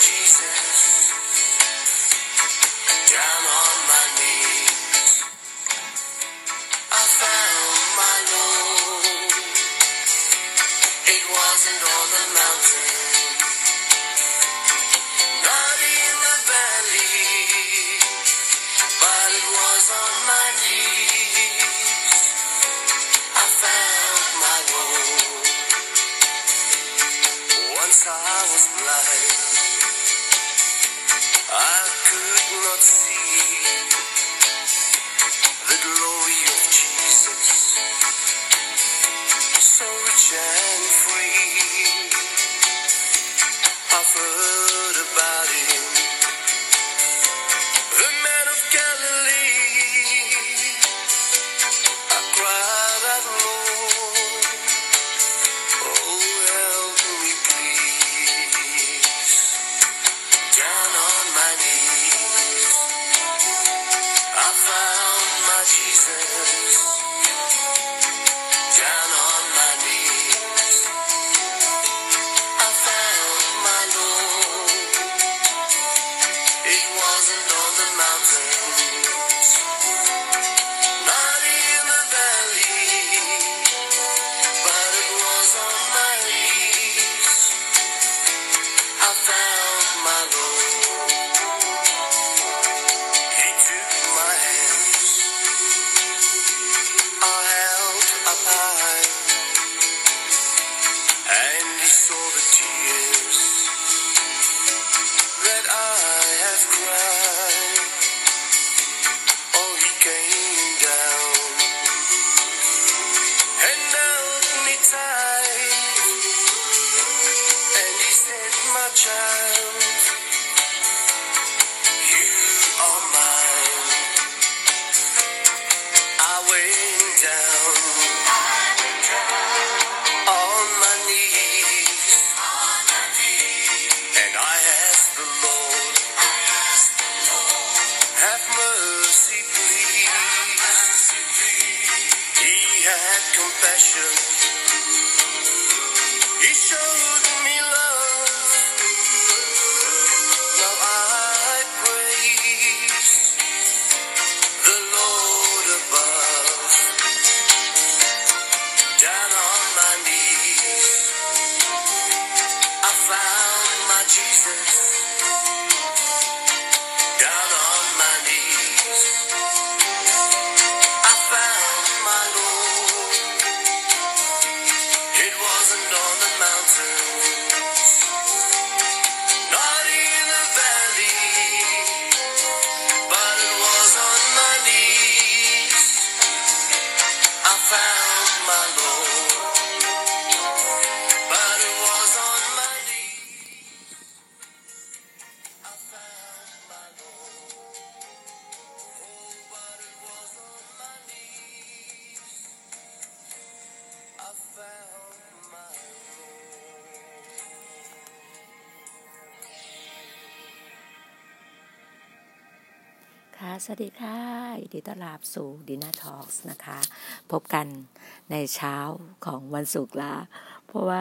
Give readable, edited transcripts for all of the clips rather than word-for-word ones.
สวัสดีค่ะยินดีต้อนรับสู่ Dinner Talks นะคะพบกันในเช้าของวันศุกร์ละเพราะว่า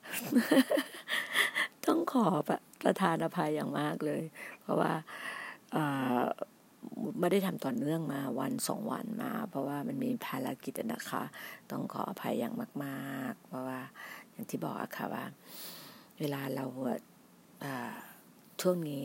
ต้องขอประทานอภัยอย่างมากเลยเพราะว่าไม่ได้ทำต่อเนื่องมาวัน2 วันมาเพราะว่ามันมีภารกิจนะคะต้องขออภัยอย่างมากๆเพราะว่าอย่างที่บอกอะค่ะว่าเวลาเราช่วงนี้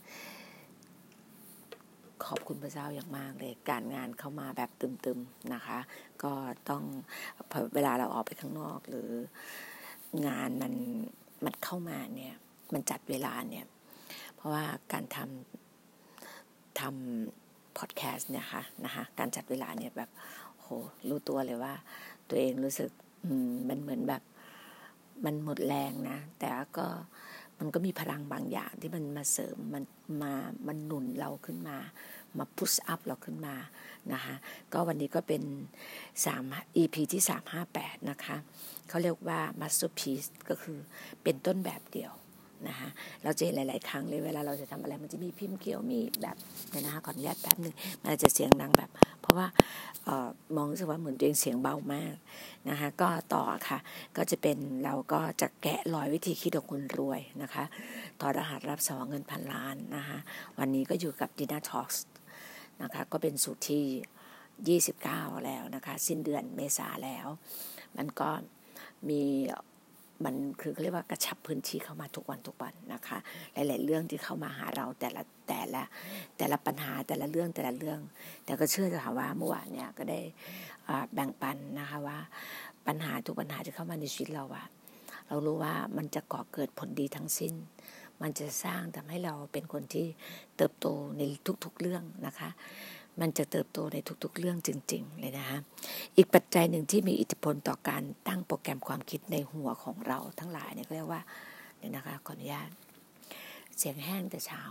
ขอบคุณพระเจ้าอย่างมากเลยการงานเข้ามาแบบตึมๆนะคะก็ต้องเวลาเราออกไปข้างนอกหรืองานมันเข้ามาเนี่ยมันจัดเวลาเนี่ยเพราะว่าการทำพอดแคสต์เนี่ยค่ะนะคะการจัดเวลาเนี่ยแบบโหรู้ตัวเลยว่าตัวเองรู้สึกมันเหมือนแบบมันหมดแรงนะแต่ก็มันก็มีพลังบางอย่างที่มันมาเสริมมันหนุนเราขึ้นมาพุชอัพเราขึ้นมานะคะก็วันนี้ก็เป็นEP ที่358นะคะเขาเรียกว่า Masterpiece ก็คือเป็นต้นแบบเดียวนะคะเราจะเห็นหลายๆครั้งเลยเวลาเราจะทำอะไรมันจะมีพิมพ์เขียวมีแบบเนี่ยนะคะขออนุญาตแป๊บนึงมันจะเสียงดังแบบพอราะว่ามองรู้สึกว่าเหมือนตัวเองเสียงเบามากนะคะก็ต่อค่ะก็จะเป็นเราก็จะแกะรอยวิธีคิดของคนรวยนะคะถอดรหัสรับสวงเงินพันล้านนะคะวันนี้ก็อยู่กับ Dina Talks นะคะก็เป็นสูตรที่29แล้วนะคะสิ้นเดือนเมษาแล้วมันก็มีมันคือเขาเรียกว่ากระชับพื้นที่เข้ามาทุกวันนะคะหลายๆเรื่องที่เข้ามาหาเราแต่ละปัญหาแต่ละเรื่องแต่ก็เชื่อค่ะว่าเมื่อวานเนี่ยก็ได้แบ่งปันนะคะว่าปัญหาทุกปัญหาที่เข้ามาในชีวิตเราเรารู้ว่ามันจะก่อเกิดผลดีทั้งสิ้นมันจะสร้างทำให้เราเป็นคนที่เติบโตในทุกๆเรื่องนะคะมันจะเติบโตในทุกๆเรื่องจริงๆเลยนะคะอีกปัจจัยหนึ่งที่มีอิทธิพลต่อการตั้งโปรแกรมความคิดในหัวของเราทั้งหลายเนี่ยเรียกว่าเนี่ยนะคะขออนุญาตเสียงแห้งแต่เช้า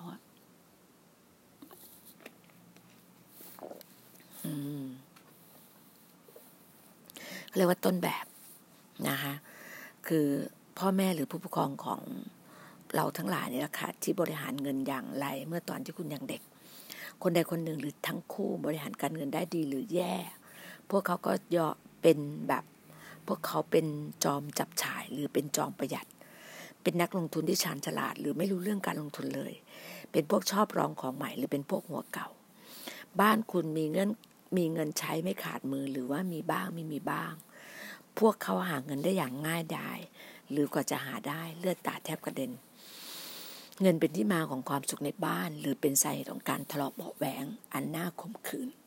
เขาเรียกว่าต้นแบบนะคะคือพ่อแม่หรือผู้ปกครองของเราทั้งหลายนี่แหละค่ะที่บริหารเงินอย่างไรเมื่อตอนที่คุณยังเด็กคนใดคนหนึ่งหรือทั้งคู่บริหารการเงินได้ดีหรือแย่พวกเขาก็เป็นแบบพวกเขาเป็นจอมจับฉ่ายหรือเป็นจอมประหยัดเป็นนักลงทุนที่ชาญฉลาดหรือไม่รู้เรื่องการลงทุนเลยเป็นพวกชอบลองของใหม่หรือเป็นพวกหัวเก่าบ้านคุณมีเงินใช้ไม่ขาดมือหรือว่ามีบ้างไม่มีบ้างพวกเขาหาเงินได้อย่างง่ายดายหรือกว่าจะหาได้เลือดตาแทบกระเด็นเงินเป็นที่มาของความสุขในบ้านหรือเป็นสาเหตุของการทะเลาะเบาะแหวงอันน่าขมขื่น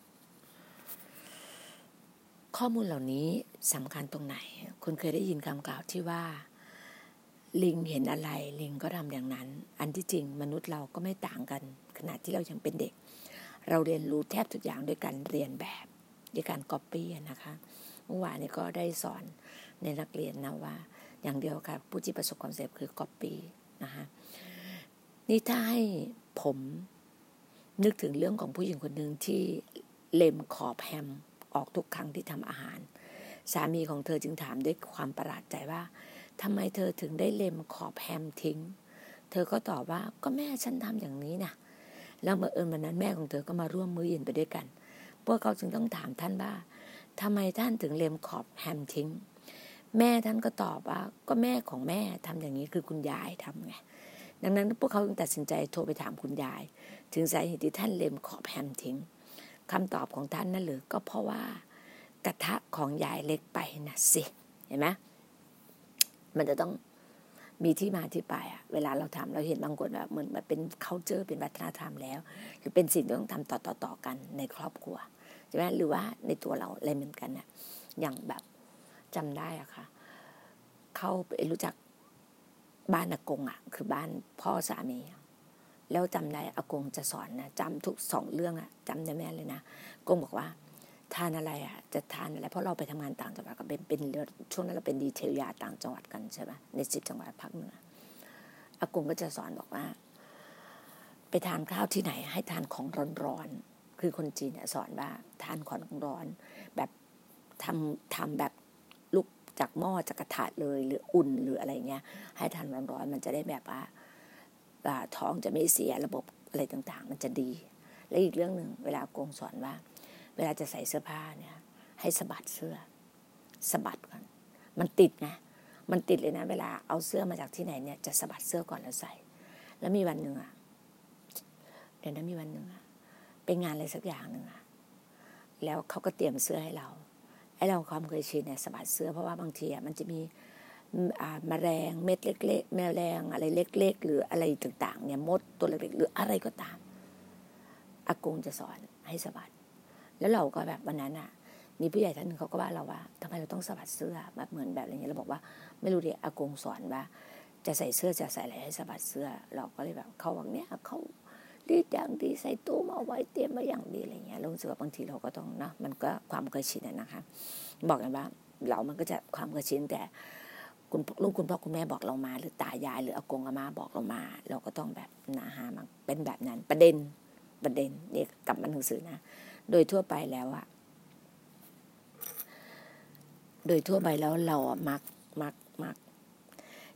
ข้อมูลเหล่านี้สำคัญตรงไหนคุณเคยได้ยินคำกล่าวที่ว่าลิงเห็นอะไรลิงก็ทำอย่างนั้นอันที่จริงมนุษย์เราก็ไม่ต่างกันขณะที่เรายังเป็นเด็กเราเรียนรู้แทบทุกอย่างด้วยการเรียนแบบด้วยการก๊อปปี้นะคะเมื่อวานนี้ก็ได้สอนในนักเรียนนะว่าอย่างเดียวค่ะผู้ที่ประสบความสำเร็จคือก๊อปปี้นะคะนี่ถ้าให้ผมนึกถึงเรื่องของผู้หญิงคนหนึ่งที่เล็มขอบแฮมออกทุกครั้งที่ทำอาหารสามีของเธอจึงถามด้วยความประหลาดใจว่าทำไมเธอถึงได้เล็มขอบแฮมทิ้งเธอก็ตอบว่าก็แม่ฉันทำอย่างนี้นะแล้วบังเอิญวันนั้นแม่ของเธอก็มาร่วมมื้อเย็นไปด้วยกันพวกเขาจึงต้องถามท่านว่าทำไมท่านถึงเล็มขอบแฮมทิ้งแม่ท่านก็ตอบว่าก็แม่ของแม่ทำอย่างนี้คือคุณยายทำไงดังนั้นพวกเขาจึงตัดสินใจโทรไปถามคุณยายถึงสาเหตุที่ท่านเล็มขอบแฮมทิ้งคำตอบของท่านนั่นหรือก็เพราะว่ากระทะของยายเล็กไปนะสิเห็นไหมมันจะต้องมีที่มาที่ไปเวลาเราทำเราเห็นบางคนแบบเหมือนแบบเป็น culture เป็นวัฒนธรรมแล้วหรือเป็นสิ่งที่ต้องทำต่อกันในครอบครัวใช่ไหมหรือว่าในตัวเราอะไรเหมือนกันนะอย่างแบบจำได้ค่ะเข้าไปรู้จักบ้านอากงคือบ้านพ่อสามีแล้วจำได้อากงจะสอนนะจำทุก2 เรื่องจำได้แม่เลยนะอากงบอกว่าทานอะไรจะทานอะไรเพราะเราไปทำงานต่างจังหวัดก็เป็นช่วงนั้นเราเป็นดีเทลยาต่างจังหวัดกันใช่ไหมใน10 จังหวัดภาคเหนืออากงก็จะสอนบอกว่าไปทานข้าวที่ไหนให้ทานของร้อนๆคือคนจีนสอนว่าทานของร้อนแบบทำแบบลุกจากหม้อจากกระทะเลยหรืออุ่นหรืออะไรเงี้ยให้ทานร้อนๆมันจะได้แบบว่าท้องจะไม่เสียระบบอะไรต่างๆมันจะดีและอีกเรื่องนึงเวลาอากงสอนว่าเวลาจะใส่เสื้อผ้าเนี่ยให้สะบัดเสื้อสะบัดก่อนมันติดนะมันติดเลยนะเวลาเอาเสื้อมาจากที่ไหนเนี่ยจะสะบัดเสื้อก่อนแล้วใส่แล้วมีวันหนึ่งเดี๋ยวนั้นมีวันหนึ่งเป็นงานอะไรสักอย่างหนึ่งแล้วเขาก็เตรียมเสื้อให้เราเราความเคยชินเนี่ยสะบัดเสื้อเพราะว่าบางทีมันจะมีแมลงเม็ดเล็กๆแมลงอะไรเล็กๆหรืออะไรต่างๆเนี่ยมดตัวเล็กๆหรืออะไรก็ตามอากงจะสอนให้สะบัดแล้วเราก็แบบวันนั้นมีผู้ใหญ่ท่านนึงเขาก็ว่าเราว่าทำไมเราต้องสะบัดเสื้อแบบเหมือนแบบอะไรเงี้ยเราบอกว่าไม่รู้ดิอากงสอนว่าจะใส่เสื้อจะใส่อะไรให้สะบัดเสื้อเราก็เลยแบบเขาบอกเนี่ยเขารีดอย่างดีใส่ตู้มาไว้เตรียมมาอย่างดีอะไรเงี้ยเรารู้สึกว่าบางทีเราก็ต้องนะมันก็ความเคยชินนะคะบอกกันว่าเรามันก็จะความเคยชินแต่คุณพ่อคุณแม่บอกเรามาหรือตายายหรืออากงอาม่าบอกเรามาเราก็ต้องแบบมันเป็นแบบนั้นประเด็นนี่กลับมาหนังสือนะโดยทั่วไปแล้วเรามัก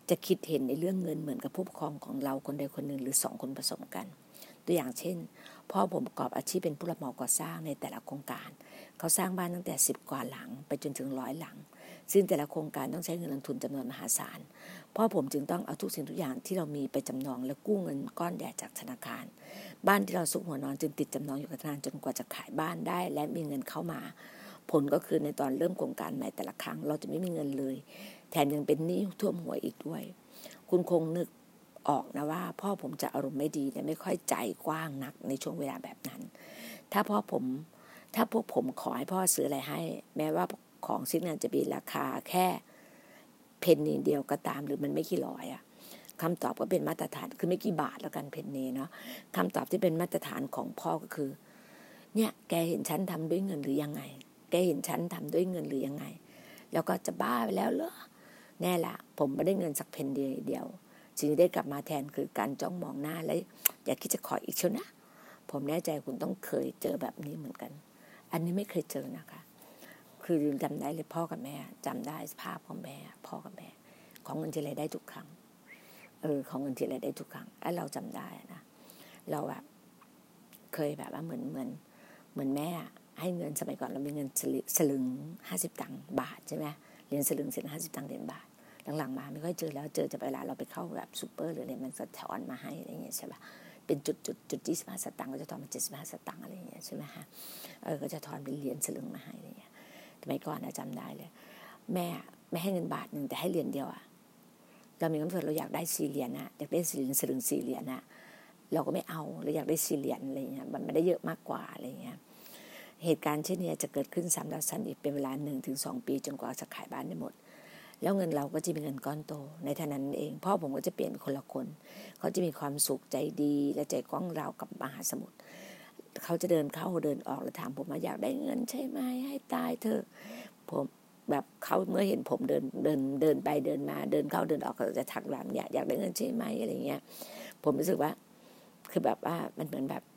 จะคิดเห็นในเรื่องเงินเหมือนกับผู้ปกครองของเราคนใดคนหนึ่งหรือ2 คนผสมกันตัวอย่างเช่นพ่อผมประกอบอาชีพเป็นผู้รับเหมาก่อสร้างในแต่ละโครงการเขาสร้างบ้านตั้งแต่10 กว่าหลังไปจนถึง100 หลังซึ่งแต่ละโครงการต้องใช้เงินลงทุนจำนวนมหาศาลพ่อผมจึงต้องเอาทุกสิ่งทุกอย่างที่เรามีไปจำนองและกู้เงินก้อนใหญ่จากธนาคารบ้านที่เราซุกหัวนอนจึงติดจำนองอยู่กับธนาคารจนกว่าจะขายบ้านได้และมีเงินเข้ามาผลก็คือในตอนเริ่มโครงการใหม่แต่ละครั้งเราจะไม่มีเงินเลยแถมยังเป็นหนี้ท่วมหัวอีกด้วยคุณคงนึกออกนะว่าพ่อผมจะอารมณ์ไม่ดีและไม่ค่อยใจกว้างนักในช่วงเวลาแบบนั้นถ้าพวกผมขอให้พ่อซื้ออะไรให้แม้ว่าของชิ้นนั้นจะมีราคาแค่เพนนีเดียวก็ตามหรือมันไม่กี่ร้อยอะคำตอบก็เป็นมาตรฐานคือไม่กี่บาทแล้วกันเพนนีเนาะคำตอบที่เป็นมาตรฐานของพ่อก็คือเนี่ยแกเห็นฉันทำด้วยเงินหรือยังไงแกเห็นฉันทำด้วยเงินหรือยังไงแล้วก็จะบ้าไปแล้วเหรอแน่ละผมไม่ได้เงินสักเพนนีเดียวสิ่งที่ได้กลับมาแทนคือการจ้องมองหน้าและอย่าคิดจะขออีกเชียวนะผมแน่ใจคุณต้องเคยเจอแบบนี้เหมือนกันอันนี้ไม่เคยเจอนะคะคือจำได้เลยพ่อกับแม่จำได้ภาพของแม่พ่อกับแม่ของเงินทีไรได้ทุกครั้งของเงินทีไรได้ทุกครั้งเราจำได้นะเราแบบเคยแบบว่าเหมือนแม่ให้เงินสมัยก่อนเรามีเงินสลึง50 ตังค์บาทใช่ไหมเหรียญสลึงเสร็จ50 ตังค์เหรียญบาทหลังๆมาไม่ค่อยเจอแล้วเจอจะเวลาเราไปเข้าแบบซูเปอร์หรืออะไรมันจะถอนมาให้อะไรอย่างเงี้ยใช่ป่ะเป็นจุด25 สตางค์ก็จะถอนมา75 สตางค์อะไรอย่างเงี้ยใช่ไหมฮะก็จะถอนเป็นเหรียญสลึงมาให้อะไรอย่างเงี้ยสมัยก่อนจำได้เลยแม่ไม่ให้เงินบาทนึงแต่ให้เหรียญเดียวเรามีความรู้สึกเราอยากได้4 เหรียญอยากได้เหรียญสลึง4 เหรียญเราก็ไม่เอาเราอยากได้4 เหรียญอะไรเงี้ยมันไม่ได้เยอะมากกว่าอะไรเงี้ยเหตุการณ์เช่นนี้จะเกิดขึ้นซ้ำแล้วซ้ำอีกเป็นเวลา 1-2 ปีจนกว่าจะขายบ้านได้หมดแล้วเงินเราก็จะเป็นเงินก้อนโตในเท่านั้นเองพ่อผมก็จะเปลี่ยนเป็นคนละคนเขาจะมีความสุขใจดีและใจกว้างเรากับมหาสมุทรเขาจะเดินเข้าเดินออกแล้วถามผมว่าอยากได้เงินใช่ไหมให้ตายเถอะผมแบบเขาเมื่อเห็นผมเดินไปเดินมาเดินเข้าเดินออกเขาจะทักหลังอยากได้เงินใช่ไหมอะไรเงี้ยผมรู้สึกว่าคือแบบว่ามันเหมือนแบบ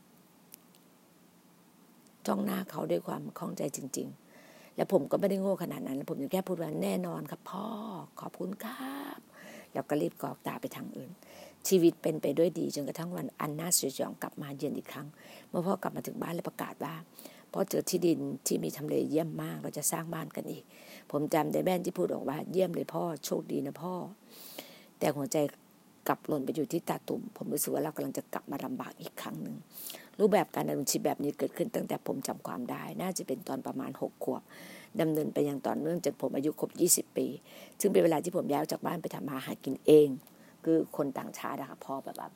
จ้องหน้าเขาด้วยความคล่องใจจริงๆแล้วผมก็ไม่ได้โง่ขนาดนั้นแล้วผมแค่พูดว่าแน่นอนครับพ่อขอบคุณครับแล้วก็รีบกรอกตาไปทางอื่นชีวิตเป็นไปด้วยดีจนกระทั่งวันอันน่าสยดสยองกลับมาเยือนอีกครั้งเมื่อพ่อกลับมาถึงบ้านและประกาศว่าพ่อเจอที่ดินที่มีทำเลเยี่ยมมากเราจะสร้างบ้านกันอีกผมจำได้แม่ที่พูดออกว่าเยี่ยมเลยพ่อโชคดีนะพ่อแต่หัวใจกลับหล่นไปอยู่ที่ตาตุ่มผมรู้สึกว่าเรากำลังจะกลับมาลำบากอีกครั้งหนึ่งรูปแบบการดำเนินชีวิตแบบนี้เกิดขึ้นตั้งแต่ผมจำความได้น่าจะเป็นตอนประมาณ6 ขวบดำเนินไปอย่างต่อเนื่องจนผมอายุครบ20 ปีซึ่งเป็นเวลาที่ผมย้ายจากบ้านไปทำมาหากินเองคือคนต่างชาติพอแบบ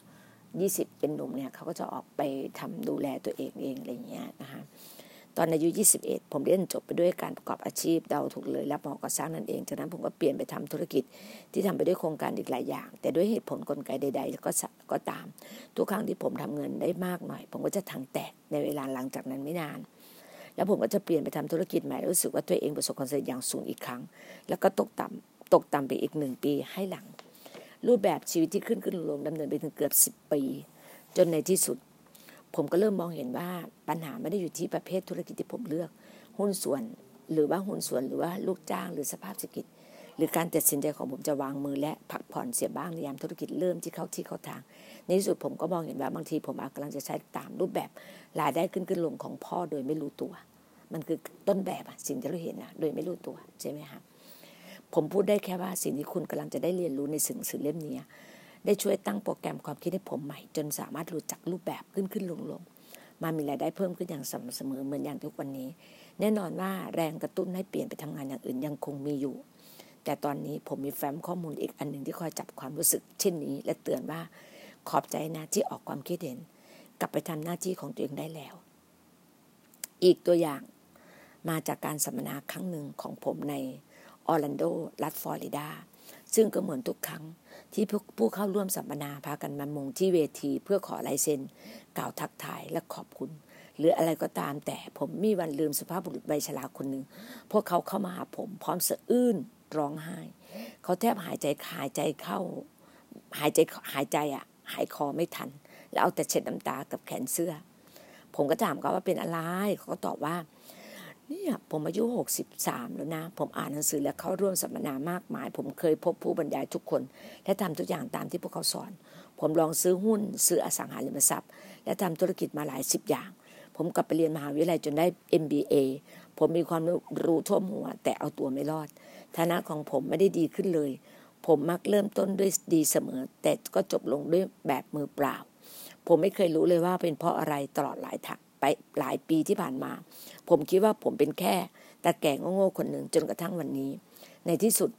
20เป็นหนุ่มเนี่ยเขาก็จะออกไปทำดูแลตัวเองอะไรอย่างเงี้ยนะคะตอนอายุ21ผมเรียนจบไปด้วยการประกอบอาชีพเดาถูกเลยรับเหมาก่อสร้างนั่นเองจากนั้นผมก็เปลี่ยนไปทำธุรกิจที่ทำไปด้วยโครงการอีกหลายอย่างแต่ด้วยเหตุผลกลไกใดๆก็ตามทุกครั้งที่ผมทำเงินได้มากหน่อยผมก็จะถังแตกในเวลาหลังจากนั้นไม่นานแล้วผมก็จะเปลี่ยนไปทำธุรกิจใหม่รู้สึกว่าตัวเองประสบความสำเร็จอย่างสูงอีกครั้งแล้วก็ตกต่ำไปอีก1 ปีให้หลังรูปแบบชีวิตที่ขึ้นลงดำเนินไปถึงเกือบ10 ปีจนในที่สุดผมก็เริ่มมองเห็นว่าปัญหาไม่ได้อยู่ที่ประเภทธุรกิจที่ผมเลือกหุ้นส่วนหรือว่าลูกจ้างหรือสภาพเศรษฐกิจหรือการตัดสินใจของผมจะวางมือและพักผ่อนเสียบ้างในยามธุรกิจเริ่มที่เข้าทางในที่สุดผมก็มองเห็นว่าบางทีผมกำลังจะใช้ตามรูปแบบรายได้ขึ้นลงของพ่อโดยไม่รู้ตัวมันคือต้นแบบสิ่งที่เราเห็นโดยไม่รู้ตัวใช่ไหมครับผมพูดได้แค่ว่าสิ่งที่คุณกำลังจะได้เรียนรู้ในสื่อเล่มนี้ได้ช่วยตั้งโปรแกรมความคิดให้ผมใหม่จนสามารถรู้จักรูปแบบขึ้นลงมามีรายได้เพิ่มขึ้นอย่างสม่ำเสมอเหมือนอย่างทุกวันนี้แน่นอนว่าแรงกระตุ้นให้เปลี่ยนไปทำงานอย่างอื่นยังคงมีอยู่แต่ตอนนี้ผมมีแฟ้มข้อมูลอีกอันหนึ่งที่คอยจับความรู้สึกเช่นนี้และเตือนว่าขอบใจนะที่ออกความคิดเห็นกลับไปทำหน้าที่ของตัวเองได้แล้วอีกตัวอย่างมาจากการสัมมนาครั้งหนึ่งของผมในออร์แลนโดรัฐฟลอริดาซึ่งก็เหมือนทุกครั้งที่ผู้เข้าร่วมสัมมนาพากันมามุงที่เวทีเพื่อขอลายเซ็นกล่าวทักทายและขอบคุณหรืออะไรก็ตามแต่ผมมีวันลืมสุภาพบุรุษใบชราคนหนึ่งพวกเขาเข้ามาหาผมพร้อมสะอื้นร้องไห้เขาแทบหายใจเข้าหายคอไม่ทันแล้วเอาแต่เช็ดน้ำตากับแขนเสื้อผมก็ถามเขาว่าเป็นอะไรเขาก็ตอบว่าเนี่ยผมอายุ63แล้วนะผมอ่านหนังสือและเข้าร่วมสัมมนามากมายผมเคยพบผู้บรรยายทุกคนและทำทุกอย่างตามที่พวกเขาสอนผมลองซื้อหุ้นซื้ออสังหาริมทรัพย์และทำธุรกิจมาหลาย10อย่างผมกลับไปเรียนมหาวิทยาลัยจนได้ MBA ผมมีความรู้ท่วมหัวแต่เอาตัวไม่รอดฐานะของผมไม่ได้ดีขึ้นเลยผมมักเริ่มต้นด้วยดีเสมอแต่ก็จบลงด้วยแบบมือเปล่าผมไม่เคยรู้เลยว่าเป็นเพราะอะไรตลอดหลายปีที่ผ่านมาผมคิดว่าผมเป็นแค่ตาแก่โง่ๆคนหนึ่งจนกระทั่งวันนี้ในที่สุด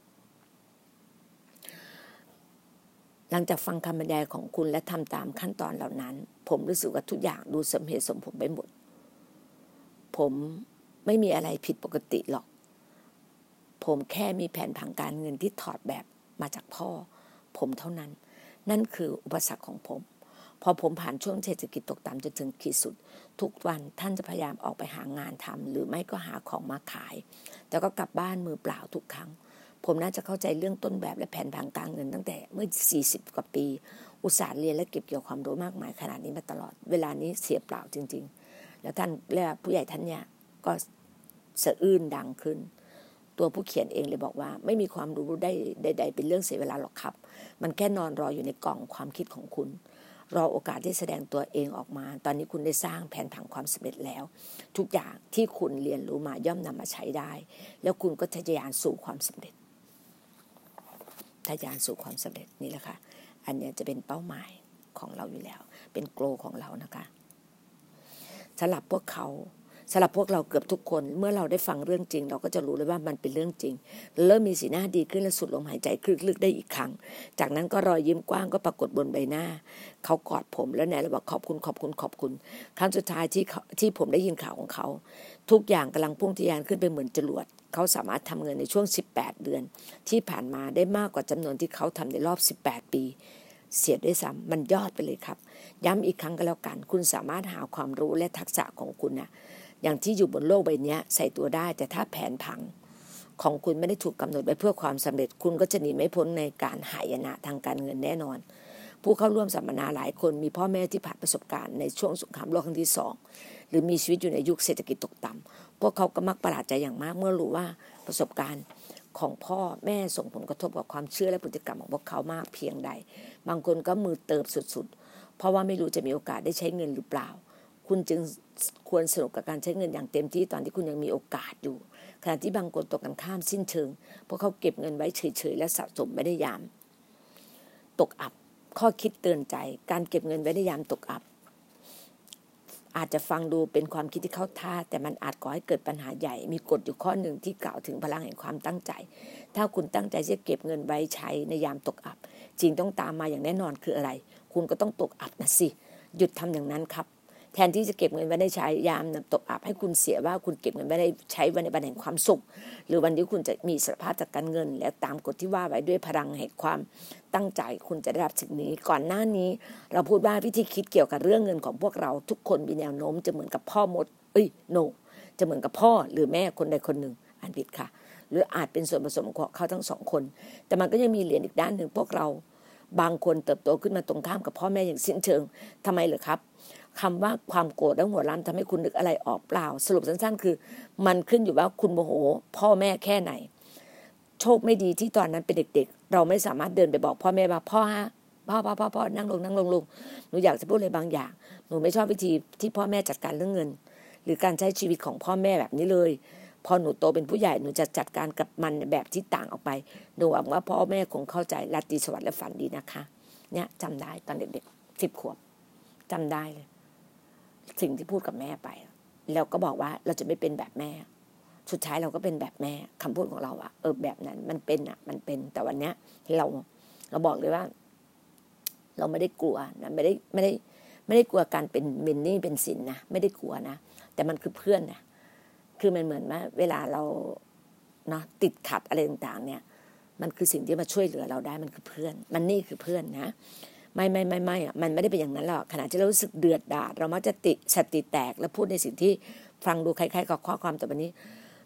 หลังจากฟังคำบรรยายของคุณและทำตามขั้นตอนเหล่านั้นผมรู้สึกว่าทุกอย่างดูสมเหตุสมผลไปหมดผมไม่มีอะไรผิดปกติหรอกผมแค่มีแผนผังการเงินที่ถอดแบบมาจากพ่อผมเท่านั้นนั่นคืออุปสรรคของผมพอผมผ่านช่วงเศรษฐกิจตกต่ำจนถึงขีดสุดทุกวันท่านจะพยายามออกไปหางานทำหรือไม่ก็หาของมาขายแต่ก็กลับบ้านมือเปล่าทุกครั้งผมน่าจะเข้าใจเรื่องต้นแบบและแผนผังการเงินตั้งแต่เมื่อ40กว่าปีอุตส่าห์เรียนและเก็บเกี่ยวความรู้มากมายขนาดนี้มาตลอดเวลานี้เสียเปล่าจริงๆแล้วท่านและผู้ใหญ่ท่านเนี่ยก็สะอื้นดังขึ้นตัวผู้เขียนเองเลยบอกว่าไม่มีความรู้ใดๆเป็นเรื่องเสียเวลาหรอกครับมันแค่นอนรออยู่ในกล่องความคิดของคุณรอโอกาสที่แสดงตัวเองออกมาตอนนี้คุณได้สร้างแผนผังความสำเร็จแล้วทุกอย่างที่คุณเรียนรู้มาย่อมนำมาใช้ได้แล้วคุณก็ทะยานสู่ความสำเร็จทะยานสู่ความสำเร็จนี่แหละค่ะอันนี้จะเป็นเป้าหมายของเราอยู่แล้วเป็นโกลของเรานะคะสำหรับพวกเราเกือบทุกคนเมื่อเราได้ฟังเรื่องจริงเราก็จะรู้เลยว่ามันเป็นเรื่องจริงเริ่มมีสีหน้าดีขึ้นและสูดลมหายใจลึกๆได้อีกครั้งจากนั้นก็รอยยิ้มกว้างก็ปรากฏบนใบหน้าเขากอดผมแล้วแนะนำว่าขอบคุณครั้งสุดท้ายที่ผมได้ยินข่าวของเขาทุกอย่างกำลังพุ่งทะยานขึ้นไปเหมือนจรวดเขาสามารถทำเงินในช่วง18เดือนที่ผ่านมาได้มากกว่าจำนวนที่เขาทำในรอบ18ปีเสียด้วยซ้ำมันยอดไปเลยครับย้ำอีกครั้งก็แล้วกันคุณสามารถหาความรู้และทักษะของคุณนะอย่างที่อยู่บนโลกใบนี้ใส่ตัวได้แต่ถ้าแผนผังของคุณไม่ได้ถูกกำหนดไว้เพื่อความสำเร็จคุณก็จะหนีไม่พ้นในการหายนะทางการเงินแน่นอนผู้เข้าร่วมสัมมนาหลายคนมีพ่อแม่ที่ผ่านประสบการณ์ในช่วงสงครามโลกครั้งที่2หรือมีชีวิตอยู่ในยุคเศรษฐกิจตกต่ำพวกเขาก็มักประหลาดใจอย่างมากเมื่อรู้ว่าประสบการณ์ของพ่อแม่ส่งผลกระทบกับความเชื่อและพฤติกรรมของพวกเขามากเพียงใดบางคนก็มือเติบสุดๆเพราะว่าไม่รู้จะมีโอกาสได้ใช้เงินหรือเปล่าคุณจึงควรสนุกกับการใช้เงินอย่างเต็มที่ตอนที่คุณยังมีโอกาสอยู่ขณะที่บางคนตกกันข้ามสิ้นเชิงเพราะเขาเก็บเงินไว้เฉยๆและสะสมไม่ได้ยามตกอับข้อคิดเตือนใจการเก็บเงินไว้ในยามตกอับอาจจะฟังดูเป็นความคิดที่เข้าท่าแต่มันอาจก่อให้เกิดปัญหาใหญ่มีกฎอยู่ข้อหนึ่งที่กล่าวถึงพลังแห่งความตั้งใจถ้าคุณตั้งใจจะเก็บเงินไว้ใช้ในยามตกอับจริงต้องตามมาอย่างแน่นอนคืออะไรคุณก็ต้องตกอับนะสิหยุดทำอย่างนั้นครับแทนที่จะเก็บเงินไว้ในใช้ยามตกอับให้คุณเสียว่าคุณเก็บเงินไว้ในใช้วันในวันแห่งความสุขหรือวันที่คุณจะมีอิสรภาพจากการเงินและตามกฎที่ว่าไว้ด้วยพลังแห่งความตั้งใจคุณจะได้รับสิ่งนี้ก่อนหน้านี้เราพูดว่าวิธีคิดเกี่ยวกับเรื่องเงินของพวกเราทุกคนมีแนวโน้มจะเหมือนกับพ่อมดจะเหมือนกับพ่อหรือแม่คนใดคนหนึ่งอ่านผิดค่ะหรืออาจเป็นส่วนผสมของเขาทั้งสองคนแต่มันก็ยังมีเหรียญอีกด้านหนึ่งพวกเราบางคนเติบโตขึ้นมาตรงข้ามกับพ่อแม่อย่างสิ้นเชิงทำไมเหรอครับคำว่าความโกรธและหัวร้อนทำให้คุณนึกอะไรออกเปล่าสรุปสั้นๆคือมันขึ้นอยู่ว่าคุณโมโหพ่อแม่แค่ไหนโชคไม่ดีที่ตอนนั้นเป็นเด็กๆเราไม่สามารถเดินไปบอกพ่อแม่ว่าพ่อนั่งลงหนูอยากจะพูดอะไรบางอย่างหนูไม่ชอบวิธีที่พ่อแม่จัดการเรื่องเงินหรือการใช้ชีวิตของพ่อแม่แบบนี้เลยพอหนูโตเป็นผู้ใหญ่หนูจะจัดการกับมันแบบที่ต่างออกไปหนูหวังว่าพ่อแม่คงเข้าใจราตรีสวัสดิ์และฝันดีนะคะเนี่ยจำได้ตอนเด็กๆ10 ขวบจำได้เลยสิ่งที่พูดกับแม่ไปแล้วก็บอกว่าเราจะไม่เป็นแบบแม่สุดท้ายเราก็เป็นแบบแม่คำพูดของเราอะแบบนั้นมันเป็นแต่วันเนี้ยเราบอกเลยว่าเราไม่ได้กลัวนะไม่ได้กลัวการเป็นเมนนี่เป็นสินนะไม่ได้กลัวนะแต่มันคือเพื่อนนะคือมันเหมือนว่าเวลาเราเนาะติดขัดอะไรต่างๆเนี่ยมันคือสิ่งที่มาช่วยเหลือเราได้มันคือเพื่อนมันนี่คือเพื่อนนะไม่อ่ะมันไม่ได้เป็นอย่างนั้นหรอกขณะที่เรารู้สึกเดือดดาลเรามักจะสติแตกแล้วพูดในสิ่งที่ฟังดูคล้ายๆกับข้อความต่อไปนี้หนู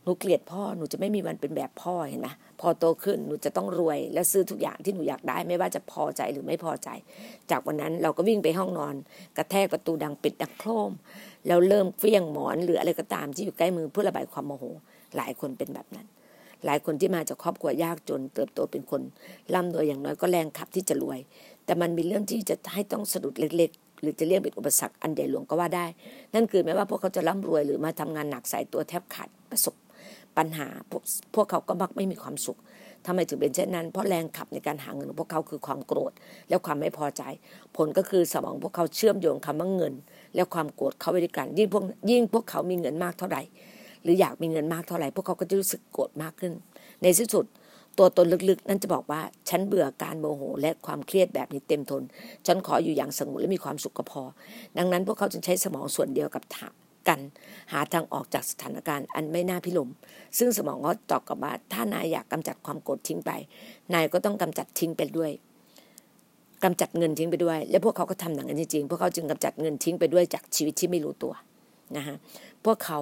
นูเกลียดพ่อหนูจะไม่มีวันเป็นแบบพ่อเห็นไหมพอโตขึ้นหนูจะต้องรวยและซื้อทุกอย่างที่หนูอยากได้ไม่ว่าจะพอใจหรือไม่พอใจจากวันนั้นเราก็วิ่งไปห้องนอนกระแทกประตูดังปิดดังโครมแล้วเริ่มเฟี้ยงหมอนหรืออะไรก็ตามที่อยู่ใกล้มือเพื่อระบายความโมโหหลายคนเป็นแบบนั้นหลายคนที่มาจากครอบครัวยากจนเติบโตเป็นคนร่ำรวยอย่างน้อยก็แรงขับที่จะรวยแต่มันมีเรื่องที่จะให้ต้องสะดุดเล็กๆหรือจะเรียกเป็นอุปสรรคอันใหญ่หลวงก็ว่าได้นั่นคือแม้ว่าพวกเขาจะร่ำรวยหรือมาทำงานหนักสายตัวแทบขาดประสบปัญหาพวกเขาก็มักไม่มีความสุขทำไมถึงเป็นเช่นนั้นเพราะแรงขับในการหาเงินของพวกเขาคือความโกรธและความไม่พอใจผลก็คือสมองพวกเขาเชื่อมโยงคำว่าเงินและความโกรธเข้าไปด้วยกันยิ่งพวกเขามีเงินมากเท่าไหร่หรืออยากมีเงินมากเท่าไหร่พวกเขาก็จะรู้สึกโกรธมากขึ้นในที่สุดตัวตนลึกๆนั่นจะบอกว่าฉันเบื่อการโมโหและความเครียดแบบนี้เต็มทนฉันขออยู่อย่างสงบและมีความสุขก็พอดังนั้นพวกเขาจึงใช้สมองส่วนเดียวกับกันหาทางออกจากสถานการณ์อันไม่น่าพิลมซึ่งสมองก็ตอบกลับว่าถ้านายอยากกำจัดความโกรธทิ้งไปนายก็ต้องกำจัดทิ้งไปด้วยกำจัดเงินทิ้งไปด้วยและพวกเขาก็ทำอย่างนั้นจริงๆพวกเขาจึงกำจัดเงินทิ้งไปด้วยจากชีวิตที่ไม่รู้ตัวนะฮะพวกเขา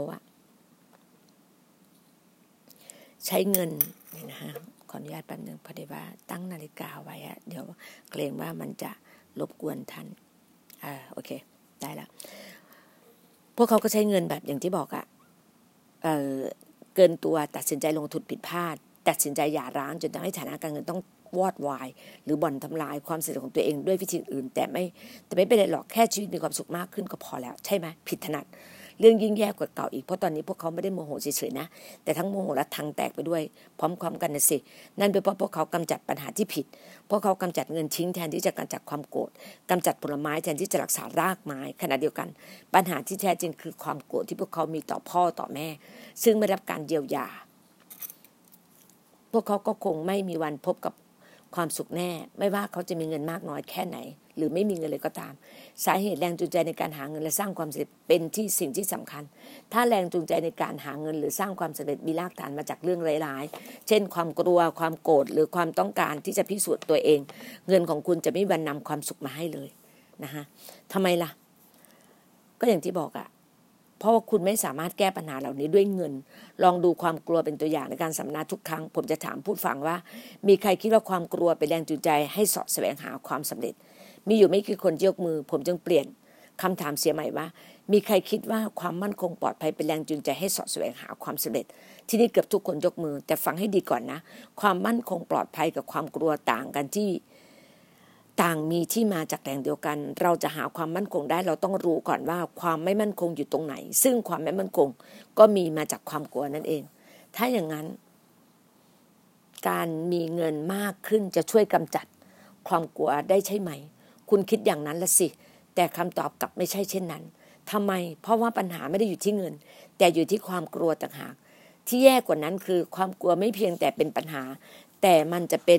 ใช้เงินนี่นะฮะขออนุญาตแป๊บนึงพอดีว่าตั้งนาฬิกาไว้เดี๋ยวเกรงว่ามันจะรบกวนท่านโอเคได้แล้วพวกเขาก็ใช้เงินแบบอย่างที่บอกเกินตัวตัดสินใจลงทุนผิดพลาดตัดสินใจหย่าร้างจนทำให้ฐานะการเงินต้องวอดวายหรือบ่อนทำลายความสำเร็จของตัวเองด้วยวิธีอื่นแต่ไม่เป็นไรหรอกแค่ชีวิตมีความสุขมากขึ้นก็พอแล้วใช่ไหมผิดถนัดเรื่องยิ่งแย่กว่าเก่าอีกเพราะตอนนี้พวกเขาไม่ได้โมโหเฉยๆนะแต่ทั้งโมโหและทังแตกไปด้วยพร้อมๆกันนะสินั่นเป็นเพราะพวกเขากำจัดปัญหาที่ผิดพวกเขากำจัดเงินทิ้งแทนที่จะกำจัดความโกรธกำจัดผลไม้แทนที่จะรักษารากไม้ขณะเดียวกันปัญหาที่แท้จริงคือความโกรธที่พวกเขามีต่อพ่อต่อแม่ซึ่งไม่ได้รับการเยียวยาพวกเขาก็คงไม่มีวันพบกับความสุขแน่ไม่ว่าเขาจะมีเงินมากน้อยแค่ไหนหรือไม่มีเงินเลยก็ตามสาเหตุแรงจูงใจในการหาเงินและสร้างความสำเร็จเป็นที่สิ่งที่สำคัญถ้าแรงจูงใจในการหาเงินหรือสร้างความสำเร็จมีรากฐานมาจากเรื่องร้ายๆเช่นความกลัวความโกรธหรือความต้องการที่จะพิสูจน์ตัวเองเงินของคุณจะไม่มีวันนำความสุขมาให้เลยนะฮะทำไมล่ะก็อย่างที่บอกเพราะว่าคุณไม่สามารถแก้ปัญหาเหล่านี้ด้วยเงินลองดูความกลัวเป็นตัวอย่างในการสัมมนาทุกครั้งผมจะถามผู้ฟังว่ามีใครคิดว่าความกลัวเป็นแรงจูงใจให้เสาะแสวงหาความสำเร็จมีอยู่ไม่กี่คนยกมือผมจึงเปลี่ยนคำถามเสียใหม่ว่ามีใครคิดว่าความมั่นคงปลอดภัยเป็นแรงจูงใจให้เสาะแสวงหาความสำเร็จที่นี่เกือบทุกคนยกมือแต่ฟังให้ดีก่อนนะความมั่นคงปลอดภัยกับความกลัวต่างกันที่ต่างมีที่มาจากแหล่งเดียวกันเราจะหาความมั่นคงได้เราต้องรู้ก่อนว่าความไม่มั่นคงอยู่ตรงไหนซึ่งความไม่มั่นคงก็มีมาจากความกลัวนั่นเองถ้าอย่างนั้นการมีเงินมากขึ้นจะช่วยกำจัดความกลัวได้ใช่ไหมคุณคิดอย่างนั้นละสิแต่คำตอบกลับไม่ใช่เช่นนั้นทำไมเพราะว่าปัญหาไม่ได้อยู่ที่เงินแต่อยู่ที่ความกลัวต่างหากที่แย่กว่านั้นคือความกลัวไม่เพียงแต่เป็นปัญหาแต่มันจะเป็น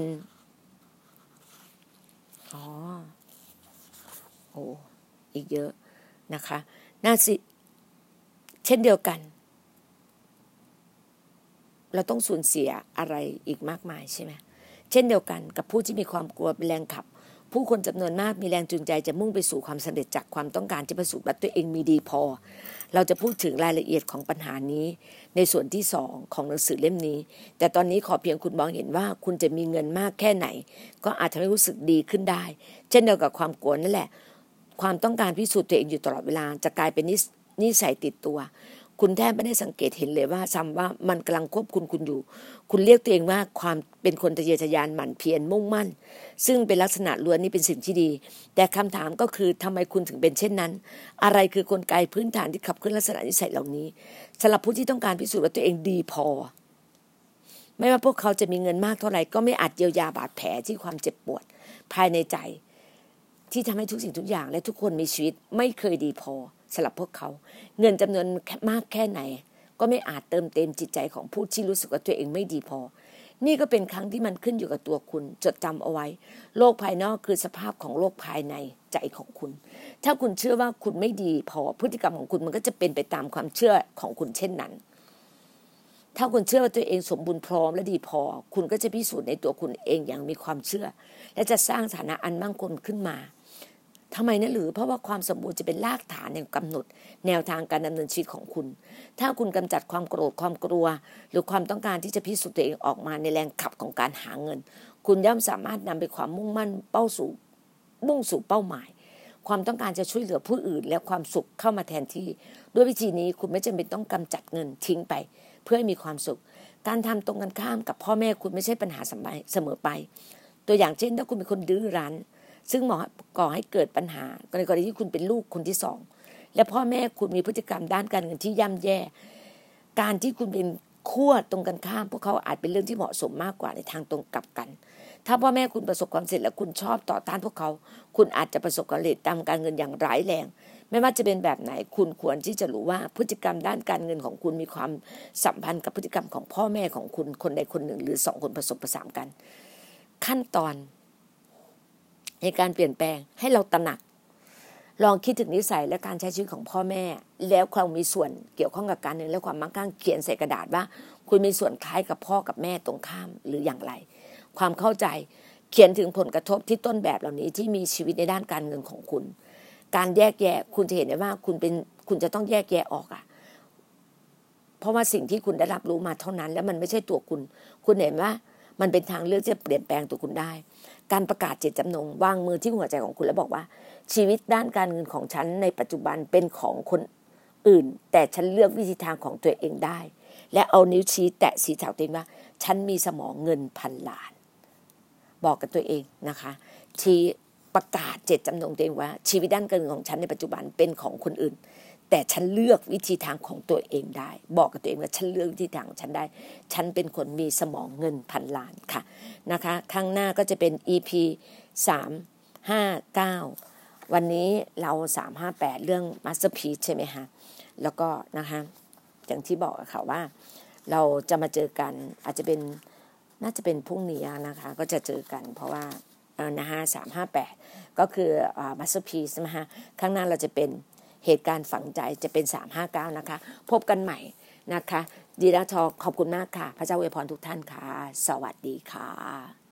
อีกเยอะนะคะน่าสิเช่นเดียวกันเราต้องสูญเสียอะไรอีกมากมายใช่ไหมเช่นเดียวกันกับผู้ที่มีความกลัวเป็นแรงขับผู้คนจำนวนมากมีแรงจูงใจจะมุ่งไปสู่ความสำเร็จจากความต้องการที่พิสูจน์ว่าตัวเองมีดีพอเราจะพูดถึงรายละเอียดของปัญหานี้ในส่วนที่2ของหนังสือเล่มนี้แต่ตอนนี้ขอเพียงคุณมองเห็นว่าคุณจะมีเงินมากแค่ไหนก็อาจทำให้รู้สึกดีขึ้นได้เช่นเดียวกับความกลัวนั่นแหละความต้องการพิสูจน์ตัวเองอยู่ตลอดเวลาจะกลายเป็นนิสัยติดตัวคุณแทบไม่ได้สังเกตเห็นเลยว่าซ้ำว่ามันกำลังควบคุมคุณอยู่คุณเรียกตัวเองว่าความเป็นคนทะเยอทะยานหมั่นเพียรมุ่งมั่นซึ่งเป็นลักษณะล้วนนี้เป็นสิ่งที่ดีแต่คำถามก็คือทำไมคุณถึงเป็นเช่นนั้นอะไรคือกลไกพื้นฐานที่ขับเคลื่อนลักษณะนิสัยเหล่านี้สำหรับผู้ที่ต้องการพิสูจน์ว่าตัวเองดีพอไม่ว่าพวกเขาจะมีเงินมากเท่าไหร่ก็ไม่อาจเยียวยาบาดแผลที่ความเจ็บปวดภายในใจที่ทำให้ทุกสิ่งทุกอย่างและทุกคนมีชีวิตไม่เคยดีพอสำหรับพวกเขาเงินจำนวนมากแค่ไหนก็ไม่อาจเติมเต็มจิตใจของผู้ที่รู้สึกว่าตัวเองไม่ดีพอนี่ก็เป็นครั้งที่มันขึ้นอยู่กับตัวคุณจดจำเอาไว้โลกภายนอกคือสภาพของโลกภายในใจของคุณถ้าคุณเชื่อว่าคุณไม่ดีพอพฤติกรรมของคุณมันก็จะเป็นไปตามความเชื่อของคุณเช่นนั้นถ้าคุณเชื่อว่าตัวเองสมบูรณ์พร้อมและดีพอคุณก็จะพิสูจน์ในตัวคุณเองอย่างมีความเชื่อและจะสร้างฐานะอันมั่นคงขึ้นมาทำไมนะหรือเพราะว่าความสมบูรณ์จะเป็นรากฐานแห่งกำหนดแนวทางการดำเนินชีวิตของคุณถ้าคุณกำจัดความโกรธความกลัวหรือความต้องการที่จะพิสูจน์ตัวเองออกมาในแรงขับของการหาเงินคุณย่อมสามารถนำไปความมุ่งมั่นมุ่งสู่เป้าหมายความต้องการจะช่วยเหลือผู้อื่นและความสุขเข้ามาแทนที่ด้วยวิธีนี้คุณไม่จำเป็นต้องกำจัดเงินทิ้งไปเพื่อให้มีความสุขการทำตรงกันข้ามกับพ่อแม่คุณไม่ใช่ปัญหาเสมอไปตัวอย่างเช่นถ้าคุณเป็นคนดื้อรั้นซึ่งก่อให้เกิดปัญหาในกรณีที่คุณเป็นลูกคนที่สองและพ่อแม่คุณมีพฤติกรรมด้านการเงินที่ย่ำแย่การที่คุณเป็นขั้วตรงกันข้ามพวกเขาอาจเป็นเรื่องที่เหมาะสมมากกว่าในทางตรงกลับกันถ้าพ่อแม่คุณประสบความสำเร็จและคุณชอบต่อต้านพวกเขาคุณอาจจะประสบความสำเร็จตามการเงินอย่างร้ายแรงไม่ว่าจะเป็นแบบไหนคุณควรที่จะรู้ว่าพฤติกรรมด้านการเงินของคุณมีความสัมพันธ์กับพฤติกรรมของพ่อแม่ของคุณคนใดคนหนึ่งหรือ2คนผสมผสานกันขั้นตอนในการเปลี่ยนแปลงให้เราตระหนักลองคิดถึงนิสัยและการใช้ชีวิตของพ่อแม่แล้วความมีส่วนเกี่ยวข้องกับการเงินและความมั่งคั่งเขียนใส่กระดาษว่าคุณมีส่วนคล้ายกับพ่อกับแม่ตรงข้ามหรืออย่างไรความเข้าใจเขียนถึงผลกระทบที่ต้นแบบเหล่านี้ที่มีชีวิตในด้านการเงินของคุณการแยกแยะคุณจะเห็นได้ว่าคุณจะต้องแยกแยะออกเพราะว่าสิ่งที่คุณได้รับรู้มาเท่านั้นแล้วมันไม่ใช่ตัวคุณเห็นว่ามันเป็นทางเลือกที่จะเปลี่ยนแปลงตัวคุณได้การประกาศเจตจำนงวางมือที่หัวใจของคุณแล้วบอกว่าชีวิตด้านการเงินของฉันในปัจจุบันเป็นของคนอื่นแต่ฉันเลือกวิธีทางของตัวเองได้และเอานิ้วชี้แตะศีรษะตัวเองว่าฉันมีสมองเงินพันล้านบอกกับตัวเองนะคะชี้ประกาศเจตจำนงตัวเองว่าชีวิตด้านการเงินของฉันในปัจจุบันเป็นของคนอื่นแต่ฉันเลือกวิธีทางของตัวเองได้บอกกับตัวเองว่าฉันเลือกวิธีทางของฉันได้ฉันเป็นคนมีสมองเงินพันล้านค่ะนะคะครั้งหน้าก็จะเป็น EP 359วันนี้เรา358เรื่อง Masterpiece ใช่ไหมคะแล้วก็นะคะอย่างที่บอกค่ะว่าเราจะมาเจอกันอาจจะเป็นน่าจะเป็นพรุ่งนี้นะคะก็จะเจอกันเพราะว่านะคะ358ก็คือMasterpiece ใช่ไหมคะข้างหน้าเราจะเป็นเหตุการณ์ฝังใจจะเป็น359นะคะพบกันใหม่นะคะดีนะทอขอบคุณมากค่ะพระเจ้าอวยพรทุกท่านค่ะสวัสดีค่ะ